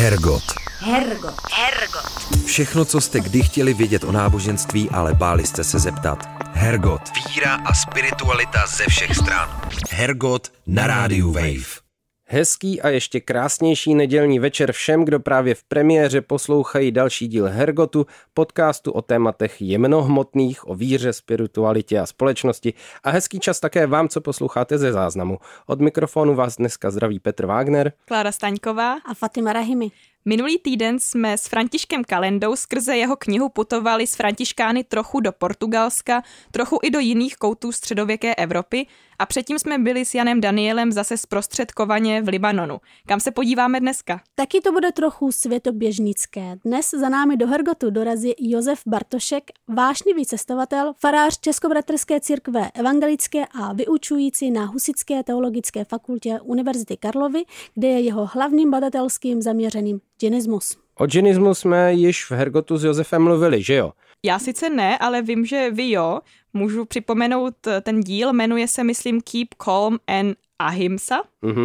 Hergot. Hergot. Hergot. Všechno, co jste kdy chtěli vědět o náboženství, ale báli jste se zeptat. Hergot. Víra a spiritualita ze všech stran. Hergot na rádiu Wave. Hezký a ještě krásnější nedělní večer všem, kdo právě v premiéře poslouchají další díl Hergotu, podcastu o tématech jemnohmotných, o víře, spiritualitě a společnosti. A hezký čas také vám, co posloucháte ze záznamu. Od mikrofonu vás dneska zdraví Petr Wagner, Klára Staňková a Fatima Rahimi. Minulý týden jsme s Františkem Kalendou skrze jeho knihu putovali s františkány trochu do Portugalska, trochu i do jiných koutů středověké Evropy a předtím jsme byli s Janem Danielem zase zprostředkovaně v Libanonu. Kam se podíváme dneska? Taky to bude trochu světoběžnické. Dnes za námi do Hergotu dorazí Josef Bartošek, vášnivý cestovatel, farář Českobratrské církve evangelické a vyučující na Husitské teologické fakultě Univerzity Karlovy, kde je jeho hlavním badatelským zaměřením džinismus. O džinismu jsme již v Hergotu s Josefem mluvili, že jo? Já sice ne, ale vím, že vy jo. Můžu připomenout ten díl, jmenuje se, myslím, Keep Calm and Ahimsa.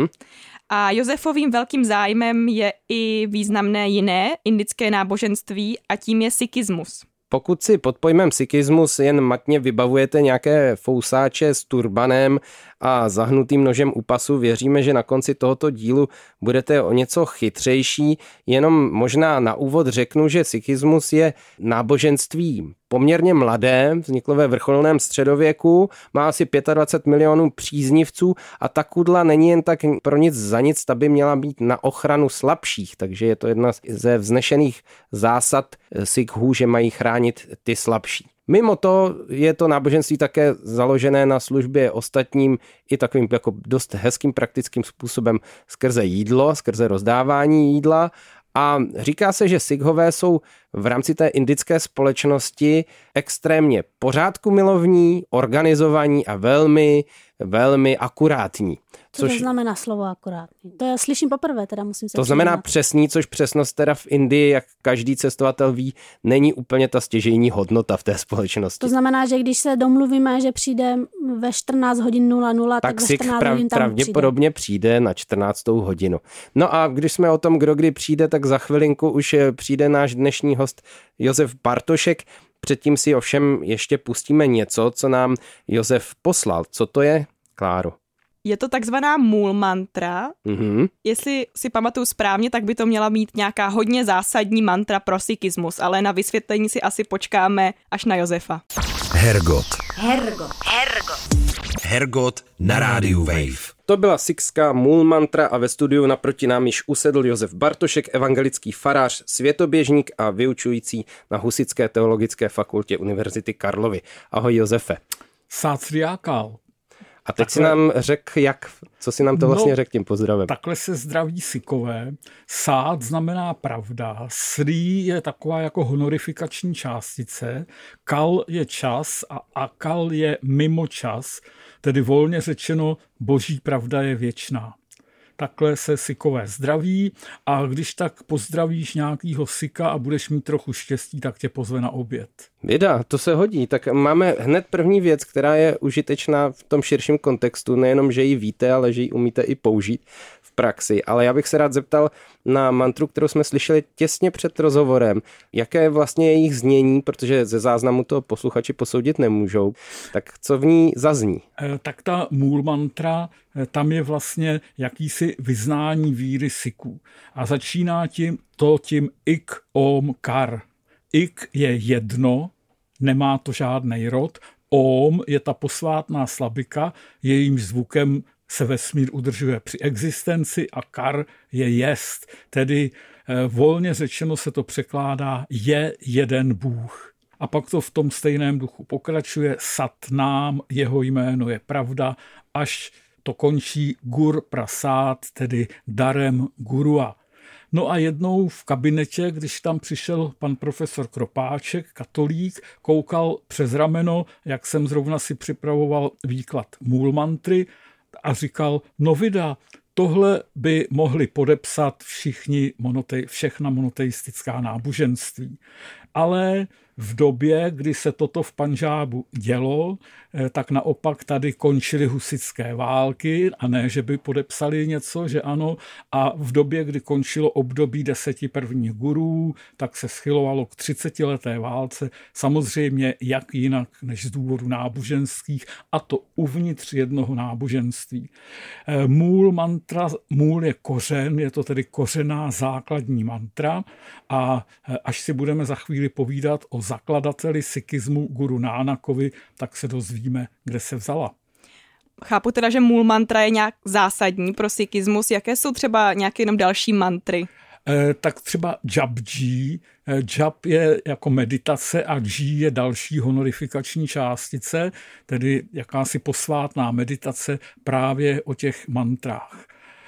A Josefovým velkým zájmem je i významné jiné indické náboženství a tím je sikhismus. Pokud si pod pojmem sikhismus jen matně vybavujete nějaké fousáče s turbanem a zahnutým nožem u pasu, věříme, že na konci tohoto dílu budete o něco chytřejší. Jenom možná na úvod řeknu, že sikhismus je náboženství poměrně mladé, vzniklo ve vrcholném středověku, má asi 25 milionů příznivců a ta kudla není jen tak pro nic za nic, ta by měla být na ochranu slabších, takže je to jedna ze vznešených zásad Sikhů, že mají chránit ty slabší. Mimo to je to náboženství také založené na službě ostatním i takovým jako dost hezkým praktickým způsobem skrze jídlo, skrze rozdávání jídla. A říká se, že Sikhové jsou v rámci té indické společnosti extrémně pořádkumilovní, organizovaní a velmi akurátní. Co to znamená slovo akurátní? To já slyším poprvé, teda musím se To znamená přesný, což přesnost teda v Indii, jak každý cestovatel ví, není úplně ta stěžejní hodnota v té společnosti. To znamená, že když se domluvíme, že přijde ve 14 hodin 00, tak ve 14 hodin tam pravděpodobně přijde na 14. hodinu. No a když jsme o tom, kdo kdy přijde, tak za chvilinku už přijde náš dnešní host Josef Bartošek. Předtím si ovšem ještě pustíme něco, co nám Josef poslal. Co to je, Kláro? Je to takzvaná Mool mantra. Jestli si pamatuju správně, tak by to měla být nějaká hodně zásadní mantra pro sikhismus, ale na vysvětlení si asi počkáme až na Josefa. Hergot. Hergot. Hergot. Hergot na rádiu Wave. To byla sikhská Mool mantra a ve studiu naproti nám již usedl Josef Bartošek, evangelický farář, světoběžník a vyučující na Husitské teologické fakultě Univerzity Karlovy. Ahoj Josefe. Sát Sri Akal. A teď si nám řekl, co si nám to vlastně řekl tím pozdravem. Takhle se zdraví Sikhové. Sát znamená pravda, Sri je taková jako honorifikační částice, Kal je čas a Akal je mimo čas, tedy volně řečeno boží pravda je věčná. Takhle se Sikhové zdraví a když tak pozdravíš nějakýho Sikha a budeš mít trochu štěstí, tak tě pozve na oběd. Věda, to se hodí. Tak máme hned první věc, která je užitečná v tom širším kontextu. Nejenom, že ji víte, ale že ji umíte i použít v praxi. Ale já bych se rád zeptal na mantru, kterou jsme slyšeli těsně před rozhovorem. Jaké je vlastně jejich znění, protože ze záznamu to posluchači posoudit nemůžou. Tak co v ní zazní? Tak ta Mool mantra, tam je vlastně jakýsi vyznání víry Sikhů. A začíná tím ik om kar. Ik je jedno, nemá to žádnej rod. Om je ta posvátná slabika, jejímž zvukem se vesmír udržuje při existenci a kar je jest. Tedy volně řečeno se to překládá je jeden Bůh. A pak to v tom stejném duchu pokračuje Satnám, jeho jméno je pravda, až to končí Gur Prasad, tedy darem Gurua. No a jednou v kabinetě, když tam přišel pan profesor Kropáček, katolík, koukal přes rameno, jak jsem zrovna si připravoval výklad Mool mantry a říkal, no vida, tohle by mohli podepsat všechna monoteistická náboženství. Ale v době, kdy se toto v Pandžábu dělo, tak naopak tady končily husitské války a ne, že by podepsali něco, že ano. A v době, kdy končilo období 10 prvních gurů, tak se schylovalo k 30leté válce. Samozřejmě jak jinak než z důvodu náboženských, a to uvnitř jednoho náboženství. Můl mantra, můl je kořen, je to tedy kořená základní mantra a až si budeme za chvíli povídat o zakladateli sikhismu Guru Nánakovi, tak se dozvíme, kde se vzala. Chápu teda, že můl mantra je nějak zásadní pro sikhismus. Jaké jsou třeba nějaké jenom další mantry? Tak třeba Japji. Jap je jako meditace a Ji je další honorifikační částice, tedy jakási posvátná meditace právě o těch mantrách.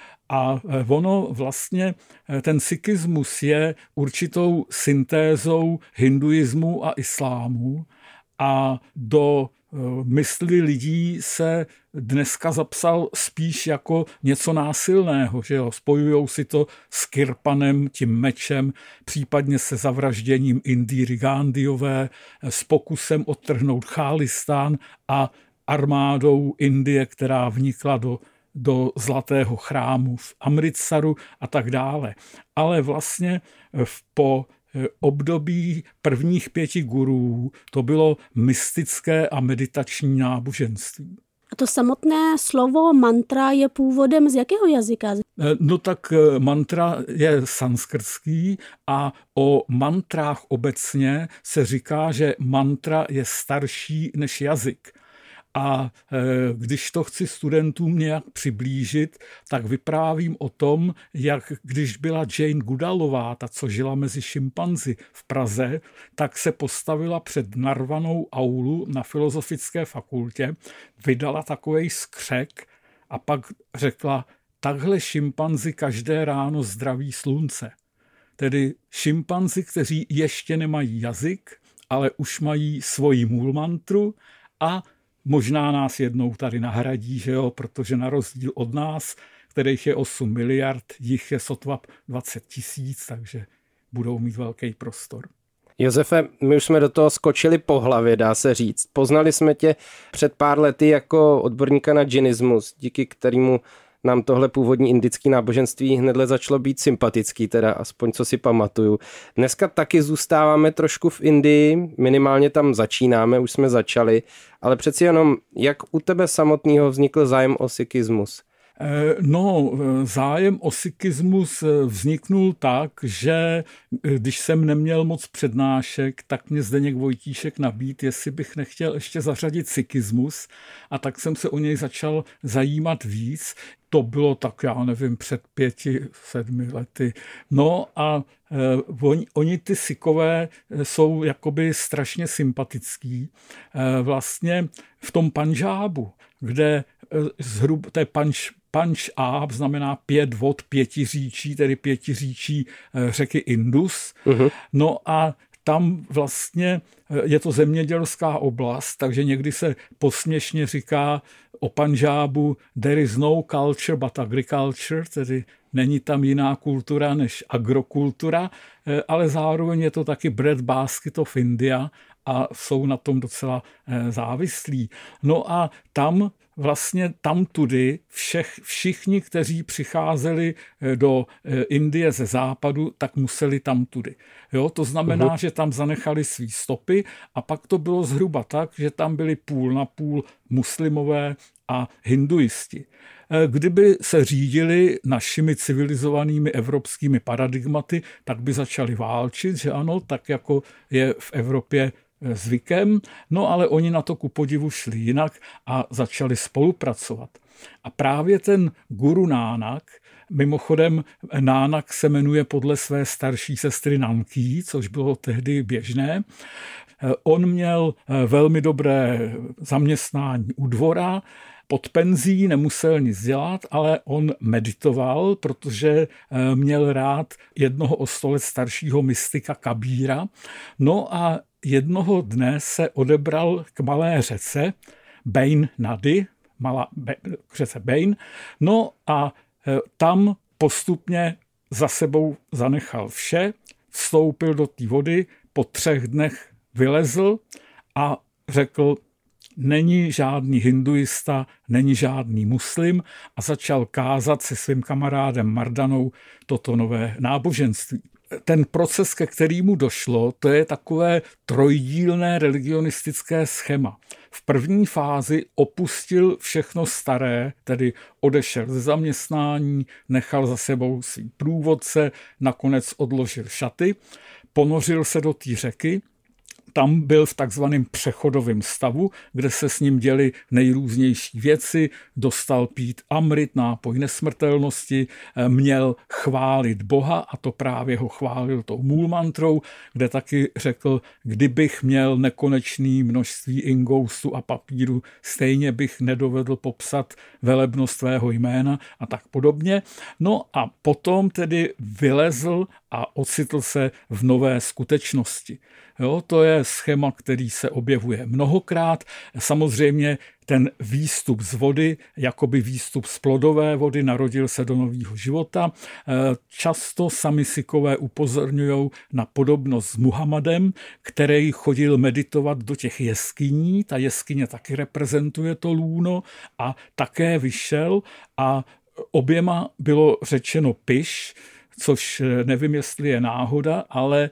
A ono vlastně, ten sikhismus je určitou syntézou hinduismu a islámu a do mysli lidí se dneska zapsal spíš jako něco násilného, že jo? Spojujou si to s Kirpanem, tím mečem, případně se zavražděním Indíry Gandhiové, s pokusem odtrhnout Chálistán a armádou Indie, která vnikla do zlatého chrámu v Amritsaru a tak dále. Ale vlastně po období prvních 5 gurů to bylo mystické a meditační náboženství. A to samotné slovo mantra je původem z jakého jazyka? No tak mantra je sanskrtský a o mantrách obecně se říká, že mantra je starší než jazyk. A když to chci studentům nějak přiblížit, tak vyprávím o tom, jak když byla Jane Goodalová, ta, co žila mezi šimpanzi v Praze, tak se postavila před narvanou aulu na Filozofické fakultě, vydala takovej skřek a pak řekla, takhle šimpanzi každé ráno zdraví slunce. Tedy šimpanzi, kteří ještě nemají jazyk, ale už mají svoji můl mantru a možná nás jednou tady nahradí, že jo, protože na rozdíl od nás, kterých je 8 miliard, jich je sotva 20 000, takže budou mít velký prostor. Josefe, my už jsme do toho skočili po hlavě, dá se říct. Poznali jsme tě před pár lety jako odborníka na džinismus, díky kterému nám tohle původní indické náboženství hnedle začalo být sympatický, teda aspoň co si pamatuju. Dneska taky zůstáváme trošku v Indii, minimálně tam začínáme, už jsme začali, ale přeci jenom, jak u tebe samotného vznikl zájem o sikhismus? No, zájem o sikhismus vzniknul tak, že když jsem neměl moc přednášek, tak mě Zdeněk Vojtíšek nabídl, jestli bych nechtěl ještě zařadit sikhismus, a tak jsem se o něj začal zajímat víc. To bylo tak, já nevím, před 5-7 lety. No a oni ty Sikhové jsou jakoby strašně sympatický. Vlastně v tom Pandžábu, kde zhruba, to je Pandžáb znamená 5 vod 5 říčí, tedy 5 říčí řeky Indus. No a tam vlastně je to zemědělská oblast, takže někdy se posměšně říká o Pandžábu there is no culture but agriculture, tedy není tam jiná kultura než agrokultura, ale zároveň je to taky bread basket of India a jsou na tom docela závislí. No a tam vlastně tamtudy všichni, kteří přicházeli do Indie ze západu, tak museli tamtudy. Jo, to znamená, že tam zanechali svý stopy a pak to bylo zhruba tak, že tam byli půl na půl muslimové a hinduisti. Kdyby se řídili našimi civilizovanými evropskými paradigmaty, tak by začali válčit, že ano, tak jako je v Evropě zvykem, no ale oni na to ku podivu šli jinak a začali spolupracovat. A právě ten Guru Nának, mimochodem Nának se jmenuje podle své starší sestry Nanký, což bylo tehdy běžné, on měl velmi dobré zaměstnání u dvora, pod penzí, nemusel nic dělat, ale on meditoval, protože měl rád jednoho o 100 let staršího mystika Kabíra. No a jednoho dne se odebral k malé řece Bain Nady, řece Bain, no a tam postupně za sebou zanechal vše, vstoupil do té vody, po 3 dnech vylezl a řekl, není žádný hinduista, není žádný muslim a začal kázat se svým kamarádem Mardanou toto nové náboženství. Ten proces, ke kterému došlo, to je takové trojdílné religionistické schéma. V první fázi opustil všechno staré, tedy odešel ze zaměstnání, nechal za sebou svý průvodce, nakonec odložil šaty, ponořil se do té řeky. Tam byl v takzvaném přechodovém stavu, kde se s ním děly nejrůznější věci, dostal pít amrit, nápoj nesmrtelnosti, měl chválit Boha a to právě ho chválil tou můlmantrou, kde taky řekl, kdybych měl nekonečné množství ingoustu a papíru, stejně bych nedovedl popsat velebnost tvého jména a tak podobně. No a potom tedy vylezl a ocitl se v nové skutečnosti. Jo, to je schéma, který se objevuje mnohokrát. Samozřejmě ten výstup z vody, jakoby výstup z plodové vody, narodil se do nového života. Často sami Sikhové upozorňují na podobnost s Muhammadem, který chodil meditovat do těch jeskyní. Ta jeskyně taky reprezentuje to lůno a také vyšel a oběma bylo řečeno piš, což nevím, jestli je náhoda, ale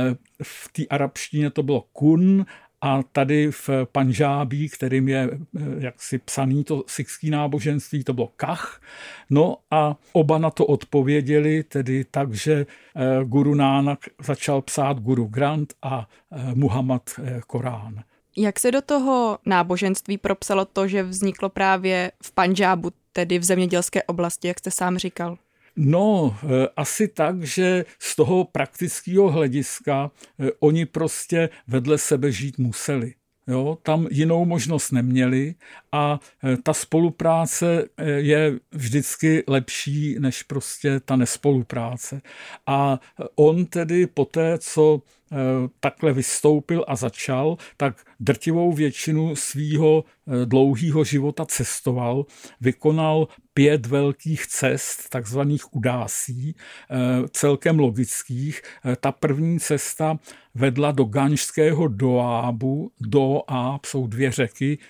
v té arabštině to bylo kun a tady v Pandžábí, kterým je jaksi psaný to sikhský náboženství, to bylo kach. No a oba na to odpověděli, tedy tak, že Guru Nának začal psát Guru Granth a Muhammad Korán. Jak se do toho náboženství propsalo to, že vzniklo právě v Pandžábu, tedy v zemědělské oblasti, jak jste sám říkal? No, asi tak, že z toho praktického hlediska oni prostě vedle sebe žít museli. Jo, tam jinou možnost neměli a ta spolupráce je vždycky lepší než prostě ta nespolupráce. A on tedy poté, co takhle vystoupil a začal, tak drtivou většinu svýho dlouhého života cestoval, vykonal 5 velkých cest, takzvaných udásí, celkem logických. Ta první cesta vedla do ganžského Doábu. Doáb jsou 2 řeky,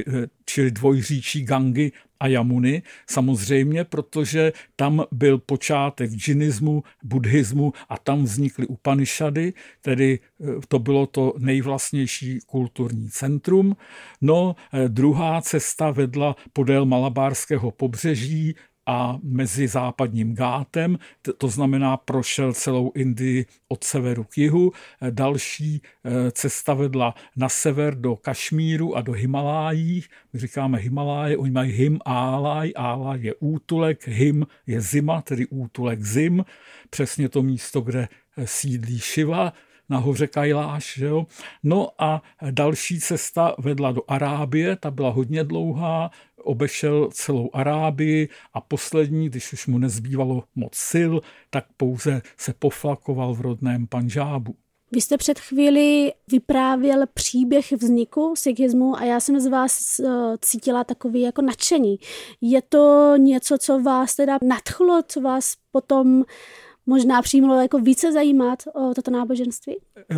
čili dvojříčí Gangy a Jamuny, samozřejmě, protože tam byl počátek džinismu, buddhismu a tam vznikly Upanišady, tedy to bylo to nejvlastnější kulturní centrum. No, druhá cesta vedla podél Malabárského pobřeží a mezi západním Gátem, to znamená prošel celou Indii od severu k jihu. Další cesta vedla na sever do Kašmíru a do Himalájí. My říkáme Himaláje, oni mají Him Álaj, Álaj je útulek, Him je zima, tedy útulek zim, přesně to místo, kde sídlí Šiva, na hoře Kailáš. Jo? No a další cesta vedla do Arábie, ta byla hodně dlouhá, obešel celou Arábii a poslední, když už mu nezbývalo moc sil, tak pouze se poflakoval v rodném Pandžábu. Vy jste před chvíli vyprávěl příběh vzniku sikhismu a já jsem z vás cítila takový jako nadšení. Je to něco, co vás teda nadchlo, co vás potom možná přijímalo jako více zajímat o toto náboženství?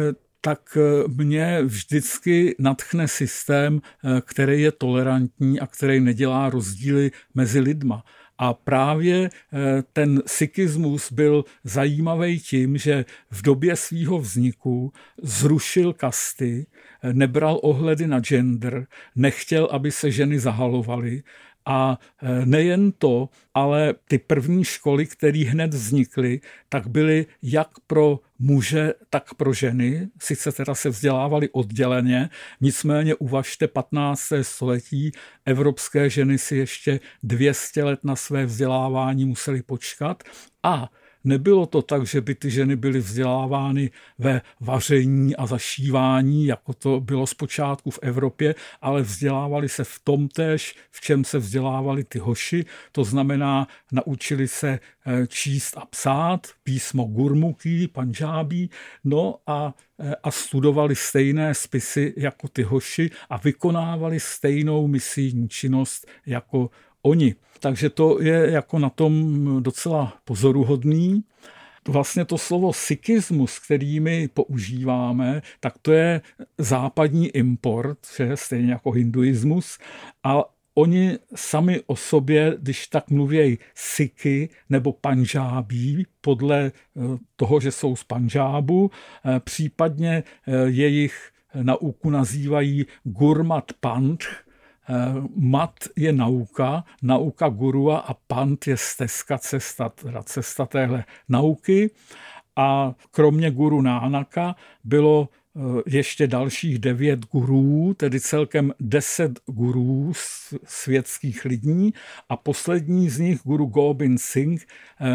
Tak mě vždycky nadchne systém, který je tolerantní a který nedělá rozdíly mezi lidma. A právě ten sikhismus byl zajímavý tím, že v době svého vzniku zrušil kasty, nebral ohledy na gender, nechtěl, aby se ženy zahalovaly. A nejen to, ale ty první školy, které hned vznikly, tak byly jak pro muže, tak pro ženy. Sice teda se vzdělávali odděleně, nicméně uvažte 15. století, evropské ženy si ještě 200 let na své vzdělávání museli počkat a nebylo to tak, že by ty ženy byly vzdělávány ve vaření a zašívání, jako to bylo zpočátku v Evropě, ale vzdělávali se v tom též, v čem se vzdělávali ty hoši, to znamená, naučili se číst a psát, písmo gurmukhi, Pandžábí, no a studovali stejné spisy jako ty hoši a vykonávali stejnou misijní činnost jako oni. Takže to je jako na tom docela pozoruhodný. vlastně to slovo sikhismus, který my používáme, tak to je západní import, že stejně jako hinduismus, a oni sami o sobě, když tak mluví Sikhy nebo Panžábí, podle toho, že jsou z Panžábu, případně jejich nauku nazývají Gurmat Panth. Mat je nauka gurua a pant je stezka, cesta téhle nauky. A kromě guru Nánaka bylo ještě dalších 9 gurů, tedy celkem 10 gurů světských lidí a poslední z nich, guru Gobind Singh,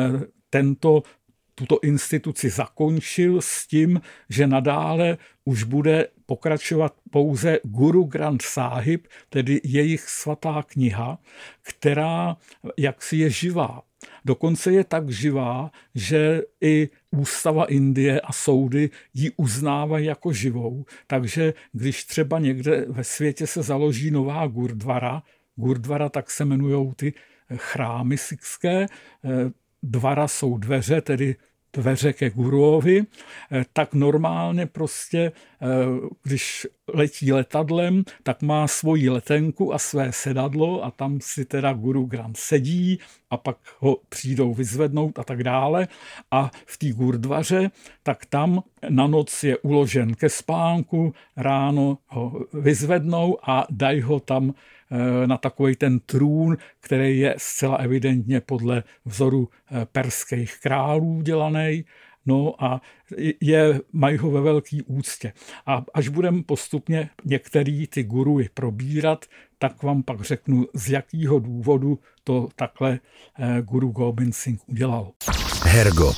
tuto instituci zakončil s tím, že nadále už bude pokračovat pouze Guru Granth Sahib, tedy jejich svatá kniha, která jaksi je živá. Dokonce je tak živá, že i ústava Indie a soudy ji uznávají jako živou. Takže když třeba někde ve světě se založí nová Gurdwara, tak se jmenujou ty chrámy sikhské, dvara jsou dveře, tedy dveře ke guruovi, tak normálně prostě, když letí letadlem, tak má svoji letenku a své sedadlo a tam si teda Guru Granth sedí a pak ho přijdou vyzvednout a tak dále. A v té Gurdwaře, tak tam na noc je uložen ke spánku, ráno ho vyzvednou a dají ho tam na takový ten trůn, který je zcela evidentně podle vzoru perských králů dělaný. No a mají ho ve velký úctě. A až budeme postupně některý ty guruji probírat, tak vám pak řeknu, z jakého důvodu to takhle guru Gobind Singh udělal. Hergot.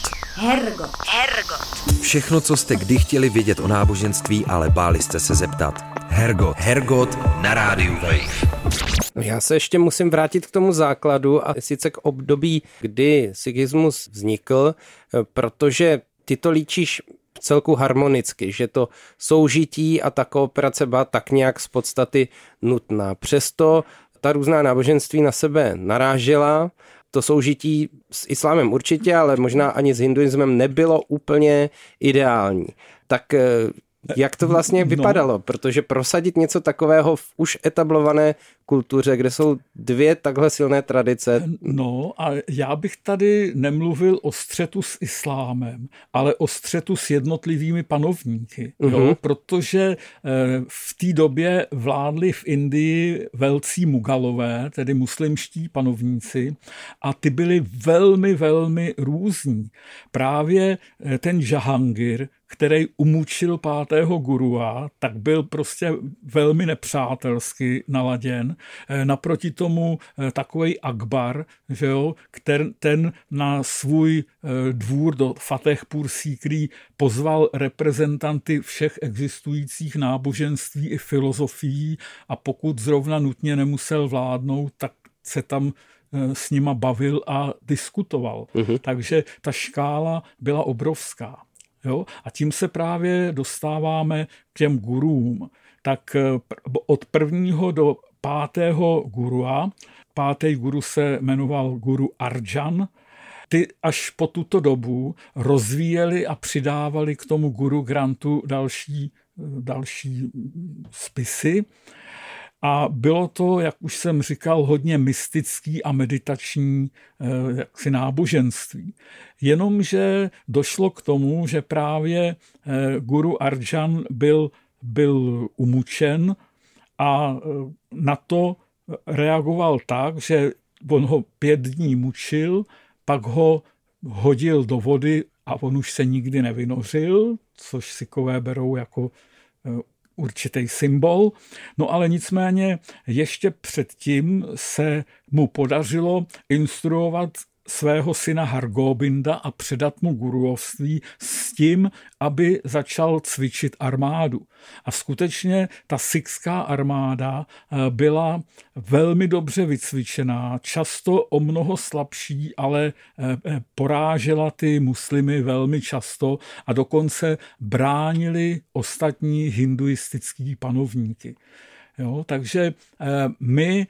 Všechno, co jste kdy chtěli vědět o náboženství, ale báli jste se zeptat. Hergot na rádiu Wave. Já se ještě musím vrátit k tomu základu a sice k období, kdy sikhismus vznikl, protože ty to líčíš v celku harmonicky, že to soužití a ta kooperace byla tak nějak z podstaty nutná. Přesto ta různá náboženství na sebe narážela, to soužití s islámem určitě, ale možná ani s hinduismem nebylo úplně ideální. Tak jak to vlastně vypadalo? Protože prosadit něco takového v už etablované kultuře, kde jsou 2 takhle silné tradice. No a já bych tady nemluvil o střetu s islámem, ale o střetu s jednotlivými panovníky. Jo? Protože v té době vládli v Indii velcí Mugalové, tedy muslimští panovníci, a ty byli velmi, velmi různí. Právě ten Jahangir, který umučil 5. gurua, tak byl prostě velmi nepřátelsky naladěn. Naproti tomu takovej Akbar, že jo, ten na svůj dvůr do Fatehpur Sikrí pozval reprezentanty všech existujících náboženství i filozofií a pokud zrovna nutně nemusel vládnout, tak se tam s nima bavil a diskutoval. Takže ta škála byla obrovská. Jo? A tím se právě dostáváme k těm gurům. Tak od 1. do 5. gurua, 5. guru se jmenoval guru Arjan, ty až po tuto dobu rozvíjeli a přidávali k tomu guru Granthu další spisy. A bylo to, jak už jsem říkal, hodně mystický a meditační jaksi náboženství. Jenomže došlo k tomu, že právě guru Arjan byl umučen a na to reagoval tak, že on ho 5 dní mučil, pak ho hodil do vody a on už se nikdy nevynořil, což Sikhové berou jako určitý symbol. No ale nicméně ještě předtím se mu podařilo instruovat svého syna Hargobinda a předat mu guruovství s tím, aby začal cvičit armádu. A skutečně ta sikhská armáda byla velmi dobře vycvičená, často o mnoho slabší, ale porážela ty muslimy velmi často a dokonce bránili ostatní hinduistický panovníky. Jo, takže my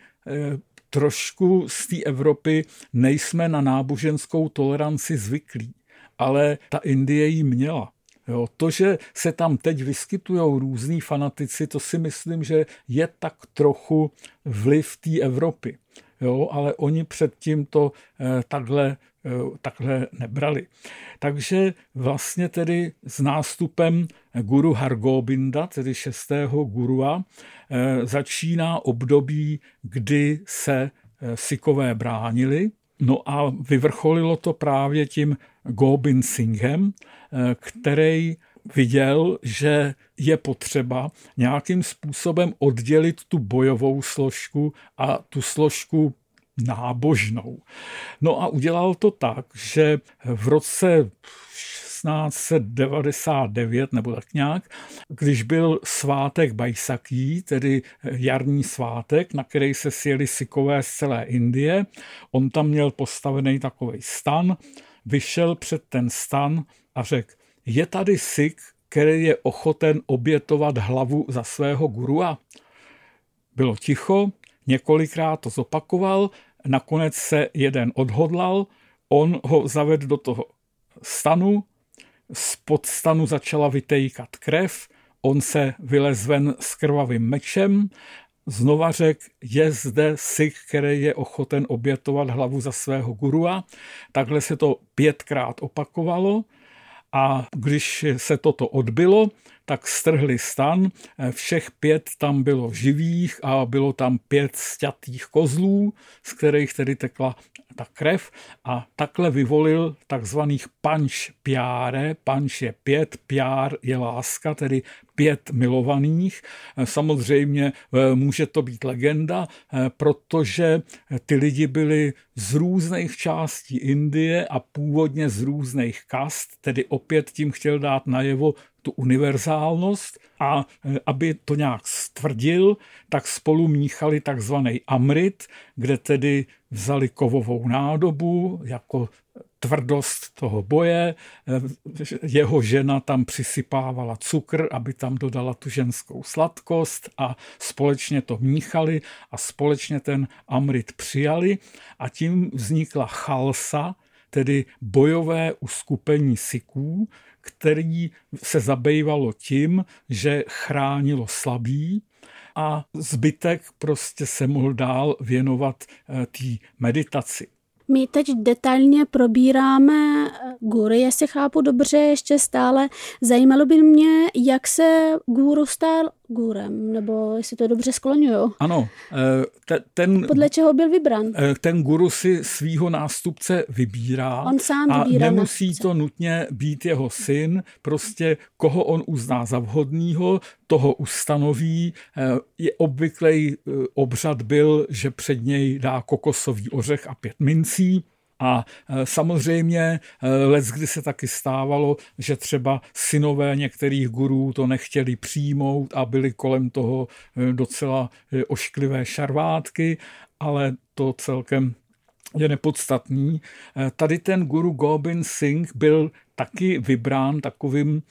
trošku z té Evropy nejsme na náboženskou toleranci zvyklí. ale ta Indie ji měla. Jo, to, že se tam teď vyskytují různý fanatici, to si myslím, že je tak trochu vliv té Evropy. Jo, ale oni předtím to takhle nebrali. Takže vlastně tedy s nástupem guru Hargobinda, tedy 6. gurua, začíná období, kdy se Sikhové bránili. No a vyvrcholilo to právě tím Gobind Singhem, který viděl, že je potřeba nějakým způsobem oddělit tu bojovou složku a tu složku nábožnou. No a udělal to tak, že v roce 1699 nebo tak nějak, když byl svátek Baisakhi, tedy jarní svátek, na který se sjeli Sikhové z celé Indie, on tam měl postavený takovej stan, vyšel před ten stan a řekl, je tady Sikh, který je ochoten obětovat hlavu za svého gurua? Bylo ticho, několikrát to zopakoval, nakonec se jeden odhodlal, on ho zavedl do toho stanu, spod stanu začala vytékat krev, on se vylez ven s krvavým mečem, znova řekl, je zde Sikh, který je ochoten obětovat hlavu za svého gurua. Takhle se to 5krát opakovalo a když se toto odbylo, tak strhli stan, všech 5 tam bylo živých a bylo tam 5 sťatých kozlů, z kterých tedy tekla ta krev a takhle vyvolil takzvaných panč pjáre. Panč je 5, pjár je láska, tedy 5 milovaných. Samozřejmě může to být legenda, protože ty lidi byli z různých částí Indie a původně z různých kast, tedy opět tím chtěl dát najevo tu univerzálnost a aby to nějak stvrdil, tak spolu míchali takzvaný amrit, kde tedy vzali kovovou nádobu jako tvrdost toho boje, jeho žena tam přisypávala cukr, aby tam dodala tu ženskou sladkost a společně to míchali a společně ten amrit přijali a tím vznikla chalsa, tedy bojové uskupení Sikhů, který se zabývalo tím, že chránilo slabý a zbytek prostě se mohl dál věnovat té meditaci. My teď detailně probíráme gury, jestli chápu dobře, ještě stále. Zajímalo by mě, jak se guru stal gurem, nebo jestli to dobře skloňuju. Ano. Podle čeho byl vybran? Ten guru si svýho nástupce vybírá. On sám vybírá a nemusí nástupce. to nutně být jeho syn, prostě koho on uzná za vhodnýho, toho ustanoví. Je obvyklý obřad byl, že před něj dá kokosový ořech a 5 mincí. A samozřejmě leckdy se taky stávalo, že třeba synové některých gurů to nechtěli přijmout a byly kolem toho docela ošklivé šarvátky, ale to celkem je nepodstatný. Tady ten guru Gobind Singh byl taky vybrán takovým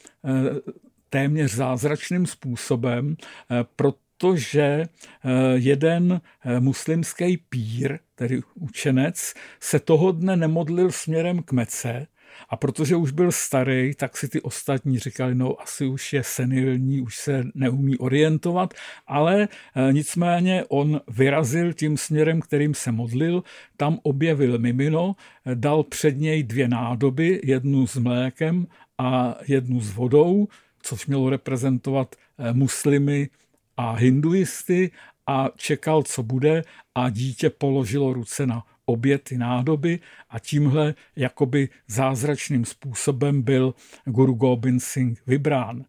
téměř zázračným způsobem, protože jeden muslimský pír, tedy učenec, se toho dne nemodlil směrem k Mece a protože už byl starý, tak si ty ostatní říkali, no asi už je senilní, už se neumí orientovat, ale nicméně on vyrazil tím směrem, kterým se modlil, tam objevil mimino, dal před něj 2 nádoby, jednu s mlékem a jednu s vodou, což mělo reprezentovat muslimy a hinduisty a čekal, co bude a dítě položilo ruce na obě ty nádoby a tímhle jakoby zázračným způsobem byl guru Gobind Singh vybrán.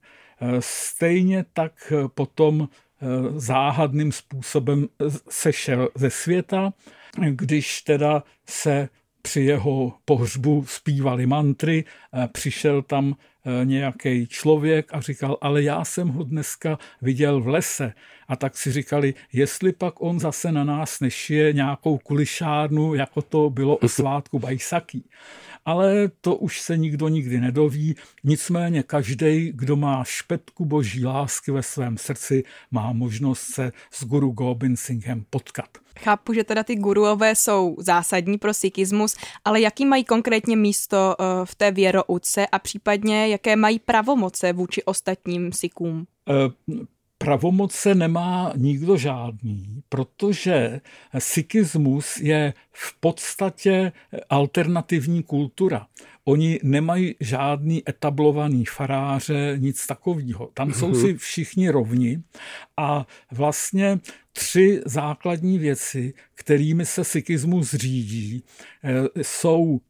Stejně tak potom záhadným způsobem sešel ze světa, když teda se při jeho pohřbu zpívali mantry, přišel tam nějaký člověk a říkal, ale já jsem ho dneska viděl v lese. A tak si říkali, jestli pak on zase na nás nešije nějakou kulišárnu, jako to bylo o svátku Baisakhi. ale to už se nikdo nikdy nedoví. Nicméně každý, kdo má špetku boží lásky ve svém srdci, má možnost se s Guru Gobind Singhem potkat. Chápu, že teda ty guruové jsou zásadní pro sikhismus, ale jaký mají konkrétně místo v té věrouce a případně jaké mají pravomoce vůči ostatním Sikhům? Pravomoce nemá nikdo žádný, protože sikhismus je v podstatě alternativní kultura. Oni nemají žádný etablovaný faráře, nic takového. Tam jsou si všichni rovni a vlastně 3 základní věci, kterými se sikhismus řídí, jsou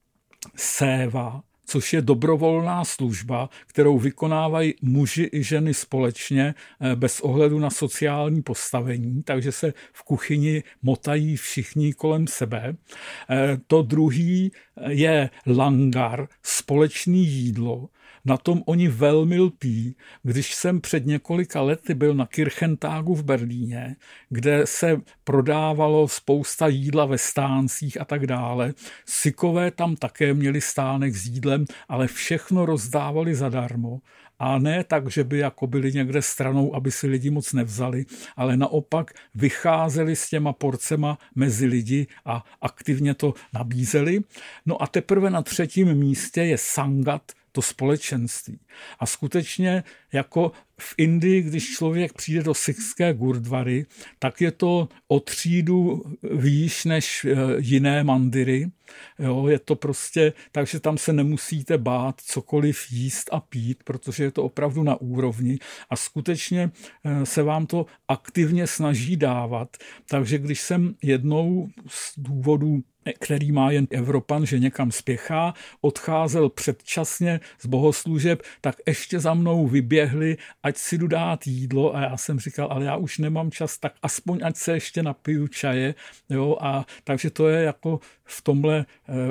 séva, což je dobrovolná služba, kterou vykonávají muži i ženy společně bez ohledu na sociální postavení, takže se v kuchyni motají všichni kolem sebe. To druhý je langar, společný jídlo. Na tom oni velmi lpí. Když jsem před několika lety byl na Kirchentagu v Berlíně, kde se prodávalo spousta jídla ve stáncích a tak dále, Sikhové tam také měli stánek s jídlem, ale všechno rozdávali zadarmo. A ne tak, že by jako byli někde stranou, aby si lidi moc nevzali, ale naopak vycházeli s těma porcema mezi lidi a aktivně to nabízeli. No a teprve na 3. místě je sangat, to společenství. A skutečně jako v Indii, když člověk přijde do sikhské gurdwary, tak je to o třídu výš než jiné mandiry. Jo, je to prostě, takže tam se nemusíte bát cokoliv jíst a pít, protože je to opravdu na úrovni a skutečně se vám to aktivně snaží dávat. Takže když jsem jednou z důvodů, který má jen Evropan, že někam spěchá, odcházel předčasně z bohoslužeb, tak ještě za mnou vyběhli, ať si jdu dát jídlo a já jsem říkal, ale já už nemám čas, tak aspoň ať se ještě napiju čaje. Jo, a takže to je jako v tomhle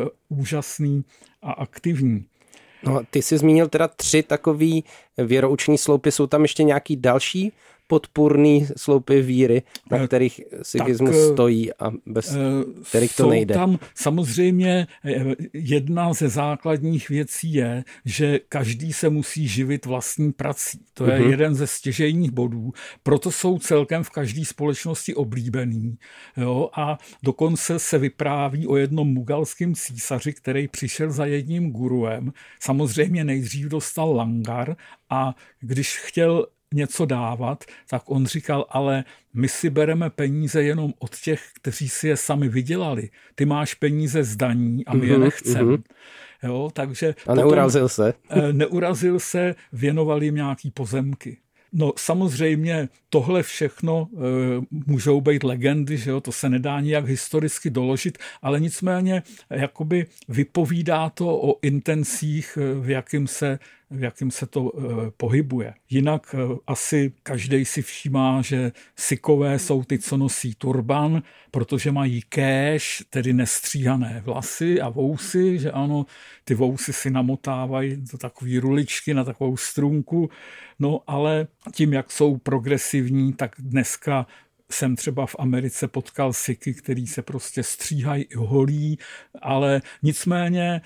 úžasný a aktivní. No, ty jsi zmínil teda 3 takový věrouční sloupy, jsou tam ještě nějaký další podpůrný sloupy víry, na kterých sikhismus stojí a bez kterých to nejde? Tam samozřejmě jedna ze základních věcí je, že každý se musí živit vlastní prací. To je jeden ze stěžejních bodů, proto jsou celkem v každé společnosti oblíbený. Jo? A dokonce se vypráví o jednom mugalském císaři, který přišel za jedním guruem. Samozřejmě nejdřív dostal langar a když chtěl něco dávat, tak on říkal, ale my si bereme peníze jenom od těch, kteří si je sami vydělali. Ty máš peníze z daní a my je nechceme. Jo, takže a neurazil se? Neurazil se, věnoval jim nějaký pozemky. No samozřejmě tohle všechno můžou být legendy, že jo? To se nedá nijak historicky doložit, ale nicméně jakoby vypovídá to o intencích, v jakým se to pohybuje. Jinak asi každej si všímá, že Sikhové jsou ty, co nosí turban, protože mají kéš, tedy nestříhané vlasy a vousy, že ano, ty vousy si namotávají do takové ruličky na takovou strunku, no ale tím, jak jsou progresivní, tak dneska jsem třeba v Americe potkal Sikhy, který se prostě stříhají i holí, ale nicméně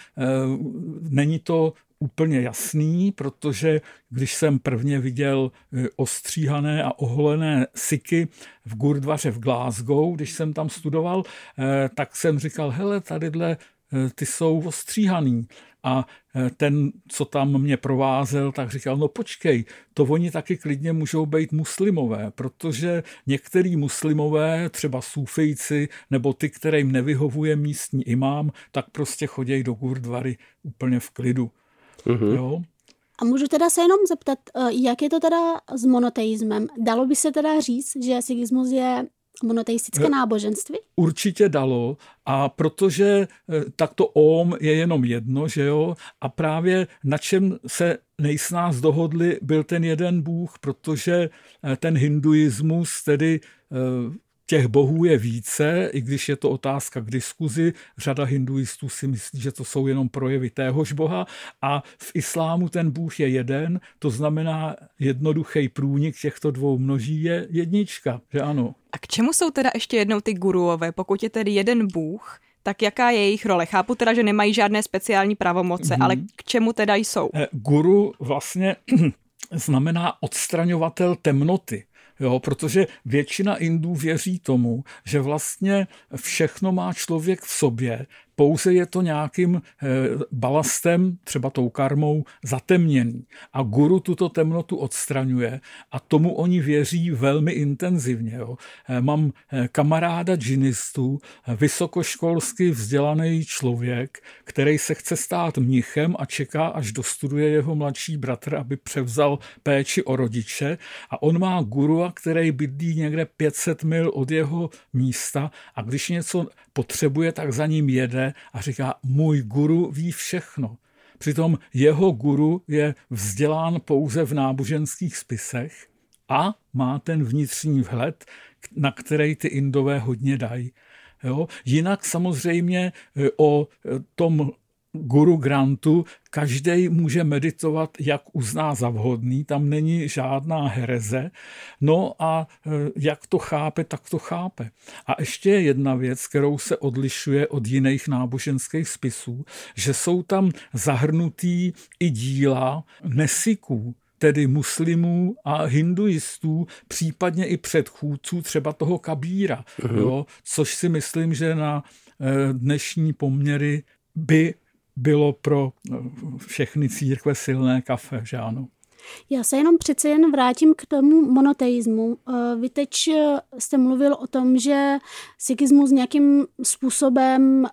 není to úplně jasný, protože když jsem prvně viděl ostříhané a oholené Sikhy v Gurdwaře v Glasgow, když jsem tam studoval, tak jsem říkal, hele, tadyhle ty jsou ostříhaný. A ten, co tam mě provázel, tak říkal, no počkej, to oni taky klidně můžou být muslimové, protože některý muslimové, třeba sufejci, nebo ty, kterým nevyhovuje místní imám, tak prostě chodějí do Gurdwary úplně v klidu. Jo? A můžu teda se jenom zeptat, jak je to teda s monoteismem? Dalo by se teda říct, že sikhismus je monoteistické náboženství? Určitě dalo, a protože takto Om je jenom jedno, že jo, a právě na čem se nejsnáz dohodli byl ten jeden bůh, protože ten hinduismus, tedy těch bohů je více, i když je to otázka k diskuzi. Řada hinduistů si myslí, že to jsou jenom projevy téhož boha a v islámu ten bůh je jeden, to znamená jednoduchý průnik těchto dvou množí je jednička, že ano. A k čemu jsou teda ještě jednou ty guruové? Pokud je tedy jeden bůh, Tak jaká je jejich role? Chápu teda, že nemají žádné speciální pravomoce, ale k čemu teda jsou? Guru vlastně znamená odstraňovatel temnoty. Jo, protože většina Indů věří tomu, že vlastně všechno má člověk v sobě, pouze je to nějakým balastem, třeba tou karmou, zatemněný. A guru tuto temnotu odstraňuje a tomu oni věří velmi intenzivně. Jo. Mám kamaráda džinistu, vysokoškolsky vzdělaný člověk, který se chce stát mnichem a čeká, až dostuduje jeho mladší bratr, aby převzal péči o rodiče. A on má gurua, který bydlí někde 500 mil od jeho místa a když něco potřebuje, tak za ním jede a říká, můj guru ví všechno. Přitom jeho guru je vzdělán pouze v náboženských spisech a má ten vnitřní vhled, na který ty Indové hodně dají. Jo? Jinak samozřejmě o tom Guru Grantu každý může meditovat, jak uzná za vhodný, tam není žádná hereze. No a jak to chápe, tak to chápe. A ještě je jedna věc, kterou se odlišuje od jiných náboženských spisů, že jsou tam zahrnutý i díla nesiků, tedy muslimů a hinduistů, případně i předchůdců třeba toho Kabíra, jo, což si myslím, že na dnešní poměry by bylo pro všechny církve silné kafe, že ano. Já se jenom přece jen vrátím k tomu monoteismu. Vy teď jste mluvil o tom, že sikhismus nějakým způsobem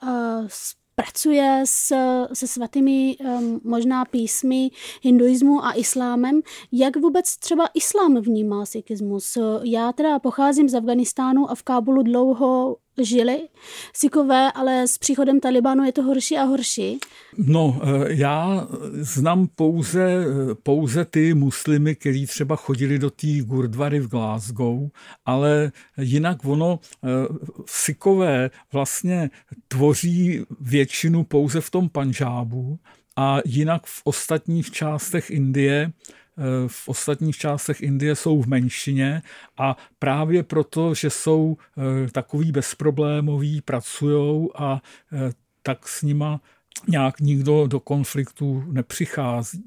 pracuje se svatými možná písmy hinduismu a islámem. Jak vůbec třeba islám vnímá sikhismus? Já teda pocházím z Afghánistánu a v Kábulu dlouho žili Sikhové, ale s příchodem Talibanu je to horší a horší. No, já znám pouze ty muslimy, kteří třeba chodili do té Gurdwary v Glasgow, ale jinak Sikhové vlastně tvoří většinu pouze v tom Pandžábu a jinak v ostatních částech Indie jsou v menšině a právě proto, že jsou takový bezproblémoví, pracujou a tak s nima nějak nikdo do konfliktu nepřichází.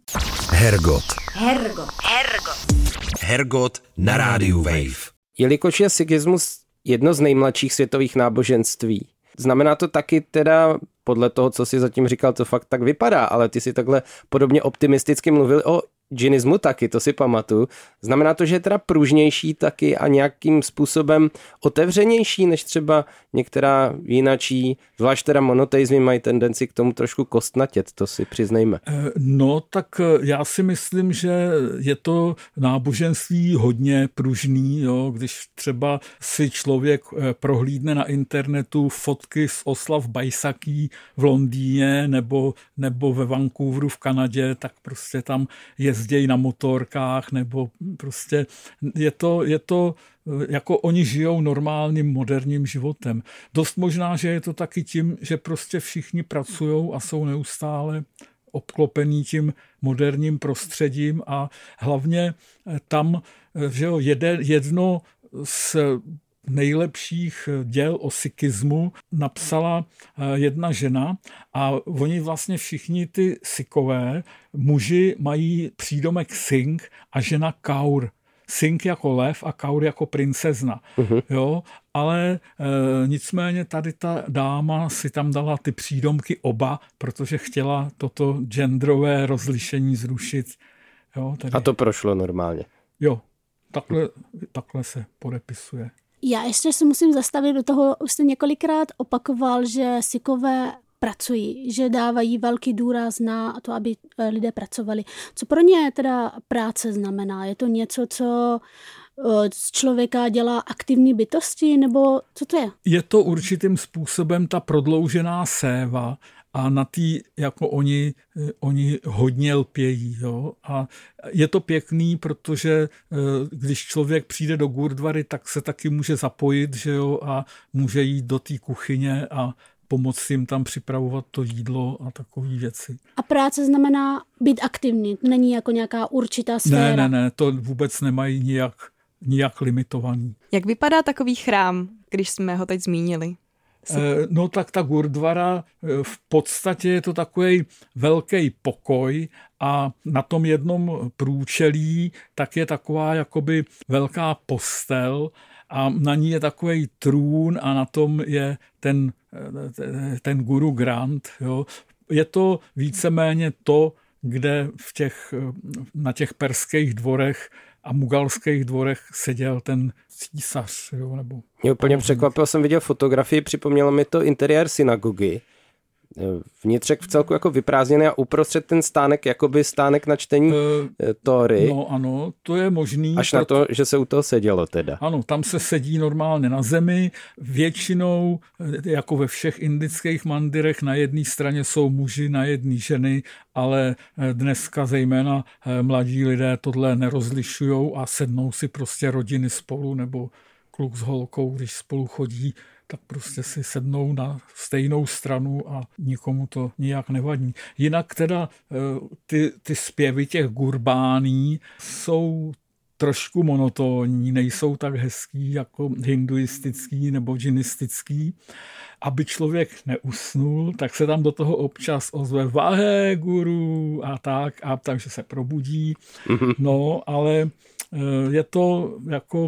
Hergot na rádiu Wave. Jelikož je sikhismus jedno z nejmladších světových náboženství, znamená to taky teda, podle toho, co jsi zatím říkal, to fakt tak vypadá, ale ty si takhle podobně optimisticky mluvil o džinismu taky, to si pamatuju. Znamená to, že je teda pružnější taky a nějakým způsobem otevřenější než třeba některá jinačí, zvlášť teda monoteizmy mají tendenci k tomu trošku kostnatět, to si přiznejme. No tak já si myslím, že je to náboženství hodně pružný, jo? Když třeba si člověk prohlídne na internetu fotky z oslav Baisakhi v Londýně nebo ve Vancouveru v Kanadě, tak prostě tam jezdějí na motorkách, nebo prostě je to jako oni žijou normálním moderním životem. Dost možná, že je to taky tím, že prostě všichni pracujou a jsou neustále obklopený tím moderním prostředím a hlavně tam, že jo, jedno z nejlepších děl o sikhismu napsala jedna žena a oni vlastně všichni ty Sikhové, muži mají přídomek Singh a žena Kaur. Singh jako lev a Kaur jako princezna. Jo? Ale nicméně tady ta dáma si tam dala ty přídomky oba, protože chtěla toto genderové rozlišení zrušit. Jo, tady. A to prošlo normálně. Jo, takhle se podepisuje. Já ještě se musím zastavit do toho, už jste několikrát opakoval, že Sikhové pracují, že dávají velký důraz na to, aby lidé pracovali. Co pro ně teda práce znamená? Je to něco, co z člověka dělá aktivní bytosti, nebo co to je? Je to určitým způsobem ta prodloužená séva a na tý, jako oni hodně lpějí. Jo? A je to pěkný, protože když člověk přijde do Gurdwary, tak se taky může zapojit, že jo? A může jít do té kuchyně a pomoct jim tam připravovat to jídlo a takové věci. A práce znamená být aktivní, není jako nějaká určitá sféra? Ne, to vůbec nemají nijak limitovaný. Jak vypadá takový chrám, když jsme ho teď zmínili? No tak ta Gurdwara v podstatě je to takový velký pokoj a na tom jednom průčelí tak je taková jakoby velká postel a na ní je takový trůn a na tom je ten Guru Granth. Jo. Je to víceméně to, kde na těch perských dvorech a mugalských dvorech seděl ten císař. Jo, nebo... Mě úplně překvapil, jsem viděl fotografii, připomnělo mi to interiér synagogy. Vnitřek v celku jako vyprázdněný a uprostřed ten stánek, jakoby stánek na čtení Tóry. No ano, to je možný. Až na to, že se u toho sedělo teda. Ano, tam se sedí normálně na zemi. Většinou, jako ve všech indických mandirech, na jedné straně jsou muži, na jedné ženy, ale dneska zejména mladí lidé tohle nerozlišujou a sednou si prostě rodiny spolu nebo kluk s holkou, když spolu chodí, tak prostě si sednou na stejnou stranu a nikomu to nijak nevadí. Jinak teda ty zpěvy těch gurbání jsou trošku monotónní, nejsou tak hezký jako hinduistický nebo džinistický. Aby člověk neusnul, tak se tam do toho občas ozve Vahé guru a takže se probudí. No, ale je to jako